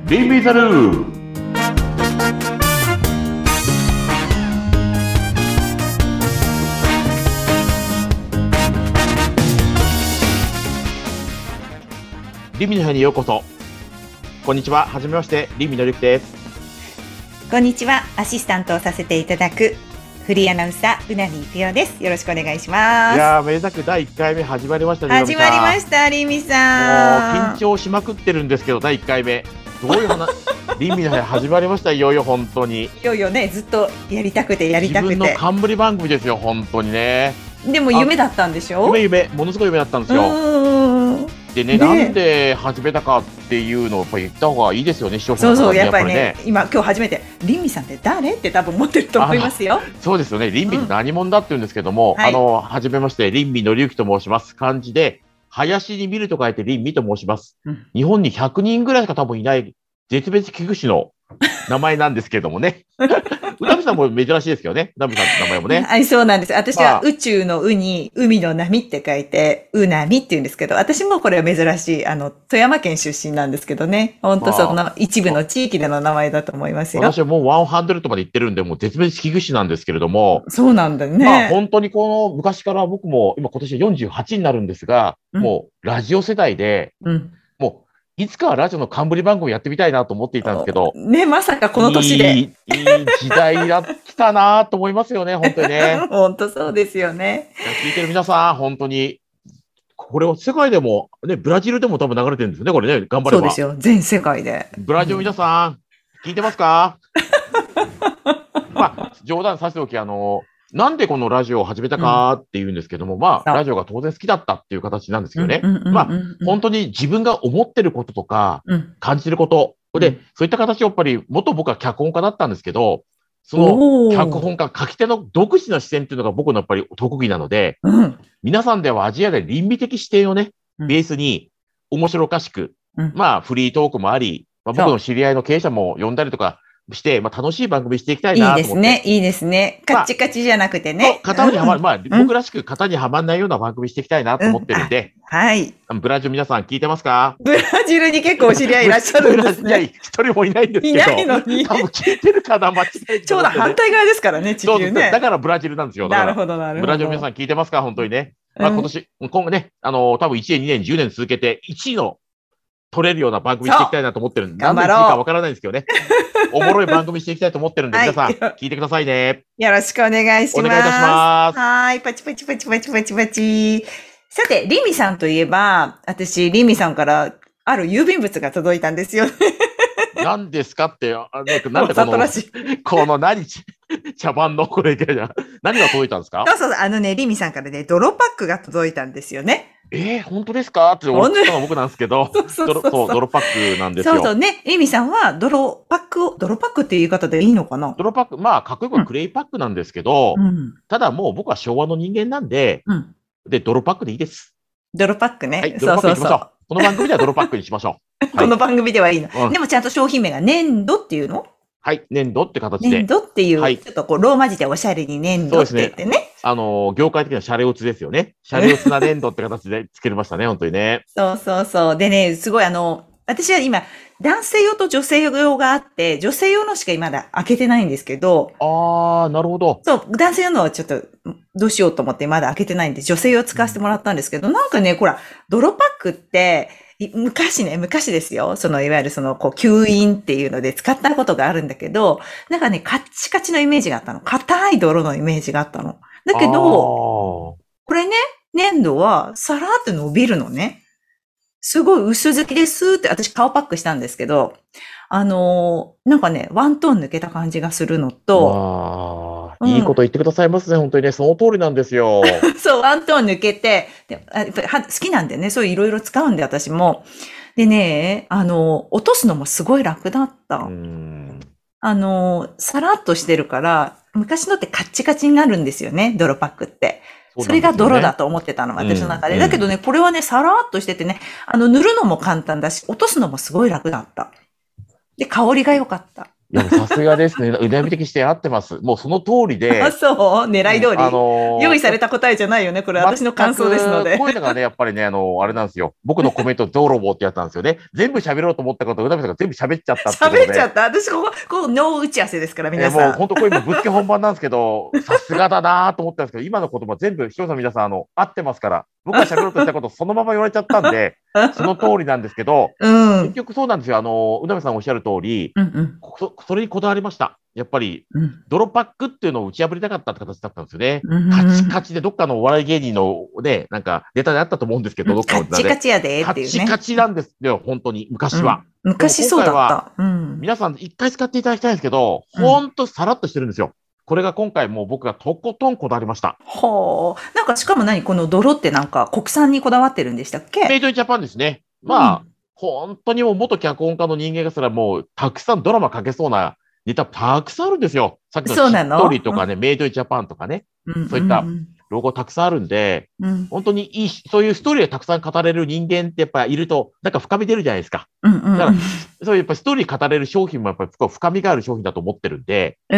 リンミザルー。リンミの部屋にようこそ。こんにちは。はじめまして、リンミのりくです。 こんにちは。アシスタントをさせていただくフリーアナウンサーうなみいくよです。よろしくお願いします。 いやー、めでたく第1回目始まりましたね。 始まりました、りんみさん。 もう緊張しまくってるんですけど、第1回目どういう話リンミの部屋始まりました。いよいよ本当に。 いよいよね、ずっとやりたくて自分の冠番組ですよ、本当にね。 でも夢だったんでしょ。 夢、ものすごい夢だったんですよ。でね、なんで始めたかっていうのをやっぱり言った方がいいですよね、視聴者の方に。 やっぱりね、今日初めてりんみさんって誰って多分思ってると思いますよ。 そうですよね。りんみって何者だって言うんですけども、はじめまして、りんみのりゆきと申します。漢字で林に見ると書いてりんみと申します。日本に100人ぐらいしか多分いない絶滅危惧種の名前なんですけどもね。うなみさんも珍しいですけどね。うなみさんの名前もね。 はい、そうなんです。私は宇宙のうに海の波って書いて、うなみって言うんですけど、私もこれは珍しい、富山県出身なんですけどね。本当その一部の地域での名前だと思いますよ。 私はもう100まで行ってるんで、もう絶滅危惧種なんですけれども。 そうなんだね。 本当にこの昔から僕も今年48になるんですが、もうラジオ世代で、もういつかはラジオの冠番組やってみたいなと思っていたんですけど。 ね、まさかこの年で。 いい時代が来たなと思いますよね、本当にね。 本当そうですよね。 聞いてる皆さん、本当に。これを世界でも、ね、ブラジルでも多分流れてるんですよね、これね、頑張れば。 そうですよ、全世界で。 ブラジル皆さん、聞いてますか？冗談させておき、なんでこのラジオを始めたかっていうんですけども、ラジオが当然好きだったっていう形なんですけどね。本当に自分が思ってることとか、感じてること、で、そういった形をやっぱり、元僕は脚本家だったんですけど、その脚本家、書き手の独自の視点っていうのが僕のやっぱり特技なので、皆さんではアジアで倫理的視点をね、ベースに面白おかしく、フリートークもあり、僕の知り合いの経営者も呼んだりとか、して、楽しい番組していきたいなと思って。 いいですね、いいですね。カッチカチじゃなくてね。 型にはまる、僕らしく型にはまんないような番組していきたいなと思ってるんで。 はい。 ブラジル皆さん聞いてますか？ ブラジルに結構お知り合いいらっしゃるんですね。 いや、一人もいないんですけど。 いないのに。 多分聞いてるかな、間違いちょうど反対側ですからね、地球ね。 だからブラジルなんですよ。 なるほど、なるほど。 ブラジル皆さん聞いてますか？本当にね。今後ね、多分1年、2年、10年続けて、1位の取れるような番組していきたいなと思ってるんで、何の1位かわからないんですけどね。おもろい番組していきたいと思ってるんで、皆さん聞いてくださいね。 よろしくお願いします。 お願いいたします。 はい、パチパチパチパチパチパチ。さて、りみさんといえば、私、りみさんからある郵便物が届いたんですよね。 何ですかって、なんでこの茶番のこれ何が届いたんですか？ そう、りみさんからね、泥パックが届いたんですよね。 本当ですかって思ったのが僕なんですけど、泥パックなんですよ。 そうね、りみさんは泥パックっていう言い方でいいのかな？ 泥パック、かっこよくはクレイパックなんですけど、ただもう僕は昭和の人間なんで、泥パックでいいです。 泥パックね。 はい、泥パックにしましょう。この番組では泥パックにしましょう。この番組ではいいの。でもちゃんと商品名が粘土っていうの？ はい、粘土って形で。 粘土っていう、ちょっとローマ字でおしゃれに粘土って言ってね。 業界的なシャレオツですよね。シャレオツな粘土って形で作りましたね、本当にね。 そう。でね、すごい私は今、男性用と女性用があって、女性用のしかまだ開けてないんですけど。 なるほど。 そう、男性用のはちょっと、どうしようと思ってまだ開けてないんで、女性用使わせてもらったんですけど、なんかね、ほら、泥パックって、昔ですよ。いわゆる吸引っていうので使ったことがあるんだけど、なんかね、カッチカチのイメージがあったの。硬い泥のイメージがあったの。だけど、これね、粘土はさらーって伸びるのね。すごい薄付きですって、私顔パックしたんですけど、なんかね、ワントーン抜けた感じがするのと、 いいこと言ってくださいますね、本当にね、その通りなんですよ。 そう、ワントーン抜けて、やっぱ好きなんでね、そういういろいろ使うんで、私も。でね、落とすのもすごい楽だった。さらっとしてるから、昔のってカッチカチになるんですよね、泥パックって。それが泥だと思ってたの、私の中で。だけどね、これはね、さらっとしててね、塗るのも簡単だし、落とすのもすごい楽だった。で、香りが良かった。 いや、もうさすがですね。うなみ的視点合ってます。もうその通りで、 あ、そう狙い通り、用意されたた答えじゃないよね。これ私の感想ですので。 こういうのがね、やっぱりね、あれなんですよ。僕のコメント、泥棒ってやつなんですよね。全部喋ろうと思ったこと、うなみさんが全部喋っちゃったっていうことで。 喋っちゃった。私、ノー打ち合わせですから、皆もうさん。 本当これ今ぶっつけ本番なんですけど、さすがだなと思ったんですけど、今の言葉全部視聴者の皆さん、合ってますから、僕が喋ろうとしたことそのまま言われちゃったんで、その通りなんですけど、 うん。うん結局そうなんですよ。うなみさんおっしゃる通り、 うん。 それにこだわりました。やっぱり、 うん。 泥パックっていうのを打ち破りたかったって形だったんですよね。 うん。 カチカチでどっかのお笑い芸人のね、なんかネタであったと思うんですけど、どっかカッチのネタで。 カチやでっカていうね。 チカチなんですよ、本当に、昔は。でも昔そう今回は、 だった。うん。 皆さん一回使っていただきたいんですけど、 うん。 本当さらっとしてるんですよ。これが今回もう僕がとことんこだわりました。 ほう。なんかしかもこの泥ってなんか国産にこだわってるんでしたっけ？ メイドインジャパンですね。まあ、 うん。 本当にもう元脚本家の人間がすらもうたくさんドラマ書けそうなネタたくさんあるんですよ。さっきのそうしっとなの？ りとかね、メイドインジャパンとかね。 うんうそういったんロゴたくさんあるんで、 うん。うん。 本当にいい、そういうストーリーがたくさん語れる人間ってやっぱいると、なんか深み出るじゃないですか。 うんうんだから、そういうやっぱストーリー語れる商品もやっぱり深みがある商品だと思ってるんで、 うん。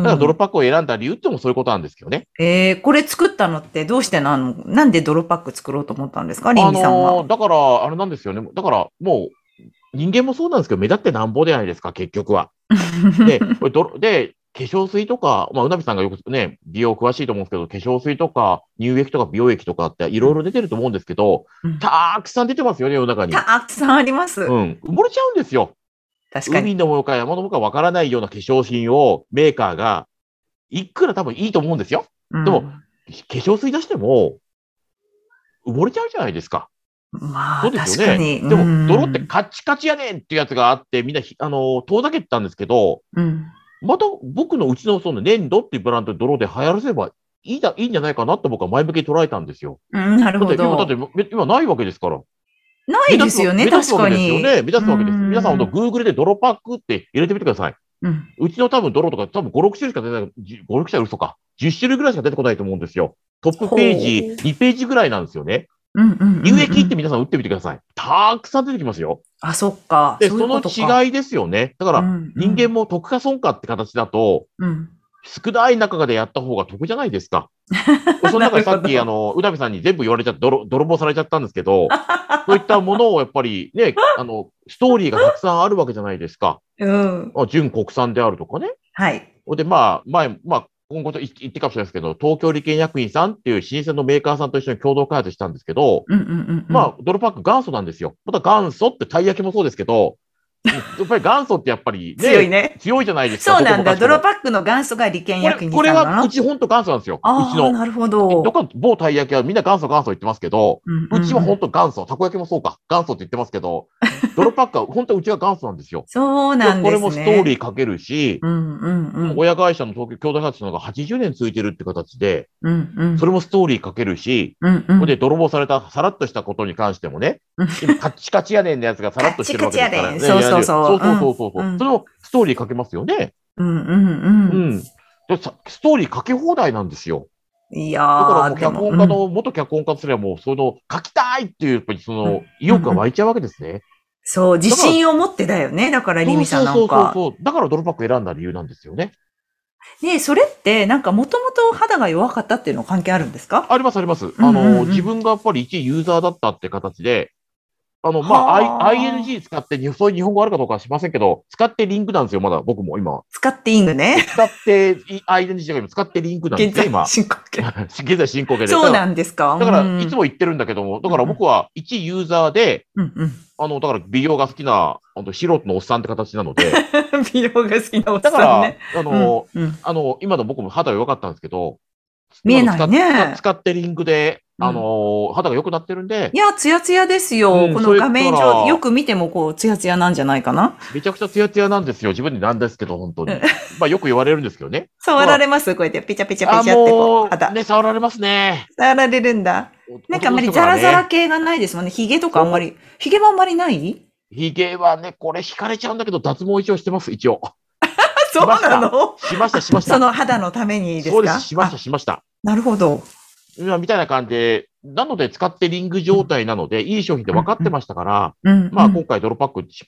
だからうん。 泥パックを選んだ理由ってもそういうことなんですけどね。 これ作ったのってどうしてなんで泥パック作ろうと思ったんですか？リンミさんは。 だから、あれなんですよね。だからもう人間もそうなんですけど、目立ってなんぼじゃないですか、結局は。で、これで、化粧水とか、まあ、うなびさんがよくね、美容詳しいと思うんですけど、化粧水とか乳液とか美容液とかっていろいろ出てると思うんですけど、 うん。 たくさん出てますよね、世の中に。 たくさんあります。 うん。埋もれちゃうんですよ。 確かに。 海のものか山のものかわからないような化粧品をメーカーが、いくら多分いいと思うんですよ。でも、化うん。 粧水出しても埋もれちゃうじゃないですか。 まあ、 そうですよね。 確かに。うでも、泥ってん。 カッチカチやねんっていうやつがあって、みんな遠ざけてたんですけど、 うん。 また僕のうちのその粘土っていうブランドで泥で流行らせればいいんじゃないかなって僕は前向きに捉えたんですよ。 うん、なるほだってど。 今ないわけですから。 ないですよね、 目立つわけ確かに。 ですよね。目立うつわけです。皆さん、 ん。 Google で泥パックって入れてみてください。 うん。 うちの多分泥とか多分5、6種類しか出ない、5、6種類嘘か。10種類ぐらいしか出てこないと思うんですよ。トップページほう。 2ページぐらいなんですよね。 うんうんうん乳液ってうん。 皆さん打ってみてください。たくさん出てきますよ。 あ、そっか。 で、 そういうそのことか。 違いですよね。だからうんう人間ん。 も得か損かって形だと、 うん。 少ない中でやった方が得じゃないですか。そのな中でさっき、 るほど。 うなみさんに全部言われちゃって、泥棒されちゃったんですけど、そういったものをやっぱりね、ストーリーがたくさんあるわけじゃないですか。 うん。 純国産であるとかね。 はい。 で、今後と言ってかもしれないですけど、東京理研薬品さんっていう老舗のメーカーさんと一緒に共同開発したんですけど、 うんうんうんうん。 泥パック元祖なんですよ。また元祖ってたい焼きもそうですけど、やっぱり元祖ってやっぱりね、 強いね。 強いじゃないですか、どこそうなんだ。 もかしこも。 泥パックの元祖が理研薬品これは、うさんなの？ ちほんと元祖なんですよ。うちああー、 の。 なるほど。 某たい焼きはみんな元祖元祖言ってますけど、 うんううちは本んうん。 当元祖。たこ焼きもそうか。元祖って言ってますけど、泥パックは本当うちが元祖なんですよ。 そうなんでそれもストーリすね。 ーかけるし、 うんうんうん。 親会社の東京共同開発のが80年続いてるって形で、 うんうん。 それもストーリーかけるし、 うんうん。 で、泥棒された、さらっとしたことに関してもね、 うん。 今、カッチカチやねんのやつがさらっとしてるカチカわけですから、 チやでん。 ね、 そうそうそう。 そうそうそうそうそう。 うん。 それもストーリーかけますよね。 うんうんうん。 うん。ストーリーかけ放題なんですよ。 いやだからもうー、でも、うん。 元脚本家とすればもう、書きたいっていう、やっぱりうん。 意うんうん。 欲が湧いちゃうわけですね。 そう、自だから、 信を持ってだよね。だから、リミさんそうそうなんか。 そうそうそう。だからドロップバック選んだ理由なんですよね。 ね、それって、なんかもともと肌が弱かったっていうの関係あるんですか？ ありますあります。 うんうんうん。 自分がやっぱり一ユーザーだったって形で、 はあ。 ING 使ってそういう日本語あるかどうかはしませんけど、使ってリンクなんですよ、まだ僕も今。 使っていいのね。 使って、ING じゃなくて使ってリンクなんですね、 現在今。 進行形。 現在進行形で。 そうなんですか。うだから、いつん。 も言ってるんだけども、だから僕うんうん。 は一ユーザーで、 うんうん。 だから美容が好きな、素人のおっさんって形なので、 美容が好きなおっだから、 さんね。うんうん。 今の僕も肌弱かったんですけど、 見えないね。 使ってリンクで、 うん。 肌が良くなってるんで、 いや、ツヤツヤですよ。 うん、 この画面上、よから、 く見てもこう、ツヤツヤなんじゃないかな。 めちゃくちゃツヤツヤなんですよ。自分でなんですけど、本当うん。 に。まあ、よく言われるんですけどね。だ触から、 られますこうやってピチャピチャピチャってこう、肌。 ね、触られますね。 触られるんだ。なんかあんまり男の人ザラザラからね。 系がないですもんね。髭とかあんまそり。髭もあんまりない？ う。髭はね、これ惹かれちゃうんだけど、脱毛一応してます、一応。 そうしました。 なの？ しました。 その肌のためにでそうです、 すか？あ、 しました。 なるほど。 みたいな感じで、なので使ってリング状態なので、いい商品って分かってましたから、 うん、うん、 まあ今回ドロパックね、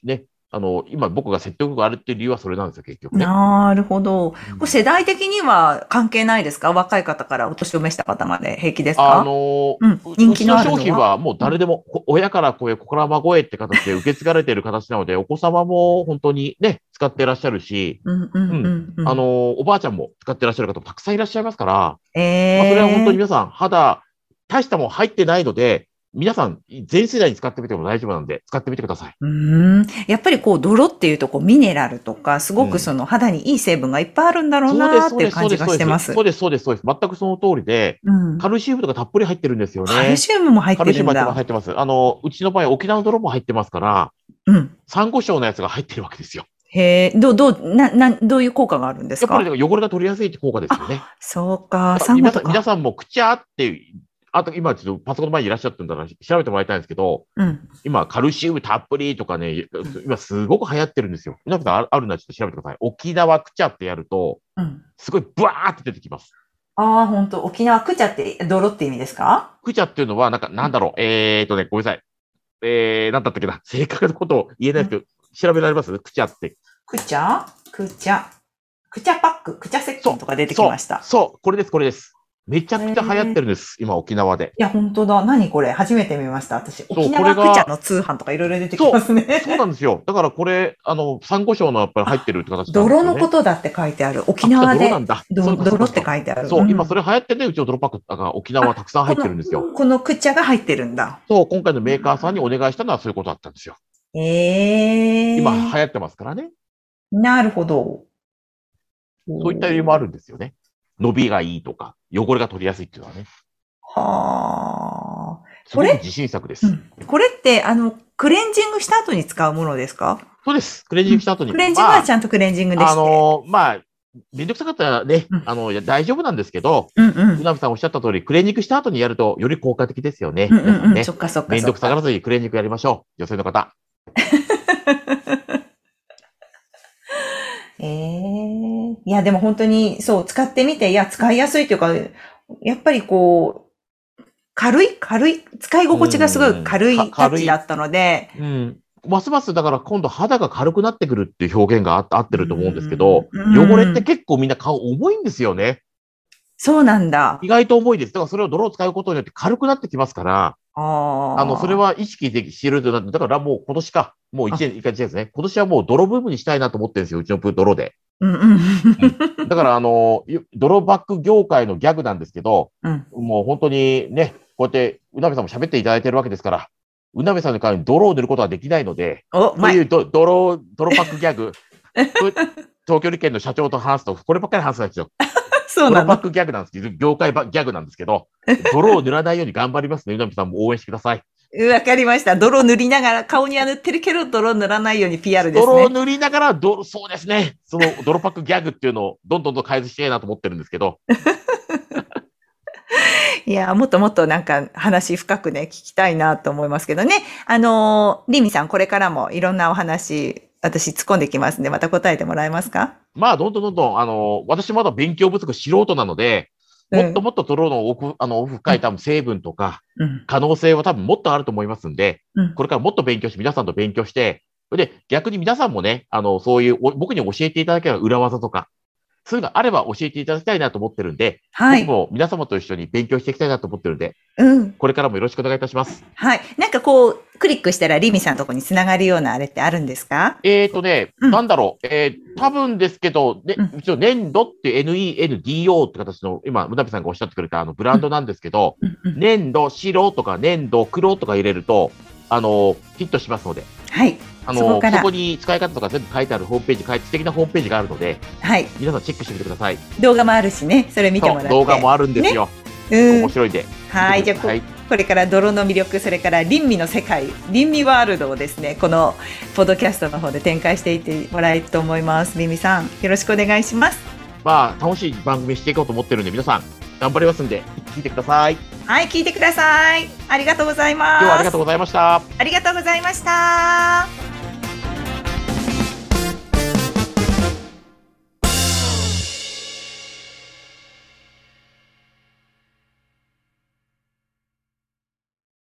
今僕が説得力があるっていう理由はそれなんですよ、結局ね。 なるほど。これ世代的には関係ないですか？若い方からお年を召した方まで平気ですか？人気のあるのは？ うちの商品はもう誰でも、親から子へ、子から孫へって形で受け継がれている形なので、お子様も本当にね、使っていらっしゃるし、おばあちゃんも使っていらっしゃる方もたくさんいらっしゃいますから、まあ、それは本当に皆さん、大したもん入ってないので、皆さん、全世代に使ってみても大丈夫なんで、使ってみてください。 やっぱり泥っていうとミネラルとか、すごく肌にいい成分がいっぱいあるんだろうなっていう感じがしてます。 そうです。全くその通りで、カルシウムとかたっぷり入ってるんですよね。 カルシウムも入ってるんだ。 カルシウム入ってます。うちの場合、沖縄の泥も入ってますから、サンゴ礁のやつが入ってるわけですよ。 へえ、どういう効果があるんですか？ やっぱり汚れが取りやすいって効果ですよね。 そうか、 皆さんも口あって、あと今ちょっとパソコンの前にいらっしゃってるんだから調べてもらいたいんですけど、今カルシウムたっぷりとかね、今すごく流行ってるんですよ。皆さんあるのはちょっと調べてください。沖縄クチャってやると、すごいブワーって出てきます。 ああ、本当。沖縄クチャって泥って意味ですか？ クチャっていうのは、なんだろう、ごめんなさい。なんだったっけな。正確なことを言えないですけど、調べられます？クチャって。 クチャパック、クチャセットとか出てきました。 そう、これです。めちゃくちゃ流行ってるんです、今沖縄で。 いや、本当だ。何これ初めて見ました。私、沖縄クチャの通販とかいろいろ出てきますね。 そうなんですよ。だからこれ、サンゴ礁のやっぱり入ってるって形なんですよね。 泥のことだって書いてある。沖縄で。泥って書いてある。 そう、今それ流行ってね、うちの泥パックが沖縄はたくさん入ってるんですよ。 このクチャが入ってるんだ。 そう、今回のメーカーさんにお願いしたのはそういうことだったんですよ。今流行ってますからね。 なるほど。 そういった理由もあるんですよね。伸びがいいとか、汚れが取りやすいっていうのはね。 はあ。 すごく自信作です。 これって、クレンジングした後に使うものですか？ そうです。クレンジングした後に。 クレンジングはちゃんとクレンジングでして。 まあ、めんどくさかったらね、大丈夫なんですけど、うなみさんおっしゃった通り、クレンジングした後にやるとより効果的ですよね。 そっか。 めんどくさがらずにクレンジングやりましょう。女性の方。 いや、でも本当に、そう、使ってみて、いや、使いやすいというか、やっぱり軽い、使い心地がすごい軽いタッチだったので、 ますますだから今度肌が軽くなってくるっていう表現が合ってると思うんですけど、汚れって結構みんな顔重いんですよね。 そうなんだ。 意外と重いです。だからそれを泥を使うことによって軽くなってきますから、それは意識でしてるとなって、だからもう今年か、もう1年、1回ですね。今年はもう泥部分にしたいなと思ってるんですよ、うちの泥で。だから、泥バッグ業界のギャグなんですけど、もう本当にね、こうやって、うなべさんも喋っていただいてるわけですから、うなべさんの代わりに泥を塗ることはできないので、そういう泥バッグギャグ、東京理研の社長と話すと、こればっかり話すんですよ。 そうなの。 泥バッグギャグなんですけど、業界ギャグなんですけど、泥を塗らないように頑張りますね。うなべさんも応援してください。 わかりました。泥塗りながら、顔には塗ってるけど、泥塗らないように PR ですね。 泥塗りながら、そうですね。その泥パックギャグっていうのをどんどん開発していいなと思ってるんですけど。 いや、もっともっとなんか話深くね、聞きたいなと思いますけどね。リミさん、これからもいろんなお話、私突っ込んできますんで、また答えてもらえますか？ まあ、どんどん、私まだ勉強不足素人なので、もっともっと泥の奥深い多分成分とか、可能性は多分もっとあると思いますんで、これからもっと勉強して、皆さんと勉強して、で、逆に皆さんもね、そういう、僕に教えていただければ裏技とか、そういうのあれば教えていただきたいなと思ってるんで、僕も皆様と一緒に勉強していきたいなと思ってるんで、これからもよろしくお願いいたします。 はい。なんかクリックしたらリミさんのところにつながるようなあれってあるんですか？ なんだろう、多分ですけど、一応粘土って NENDO って形の、今、むなべさんがおっしゃってくれたブランドなんですけど、粘土白とか粘土黒とか入れると、ヒットしますので。 はい。 そこに使い方とか全部書いてあるホームページ、素敵なホームページがあるので、皆さんチェックしてみてください。 動画もあるしね、それ見てもらって。 動画もあるんですよ。面白いんで。 はい、じゃあ、これから泥の魅力、それから倫理の世界、倫理ワールドをですね、このポッドキャストの方で展開していってもらえると思います。倫理さん、よろしくお願いします。 まあ、楽しい番組していこうと思ってるんで、皆さん、頑張りますんで、聞いてください。 はい、聞いてください。ありがとうございます。 今日はありがとうございました。 ありがとうございました。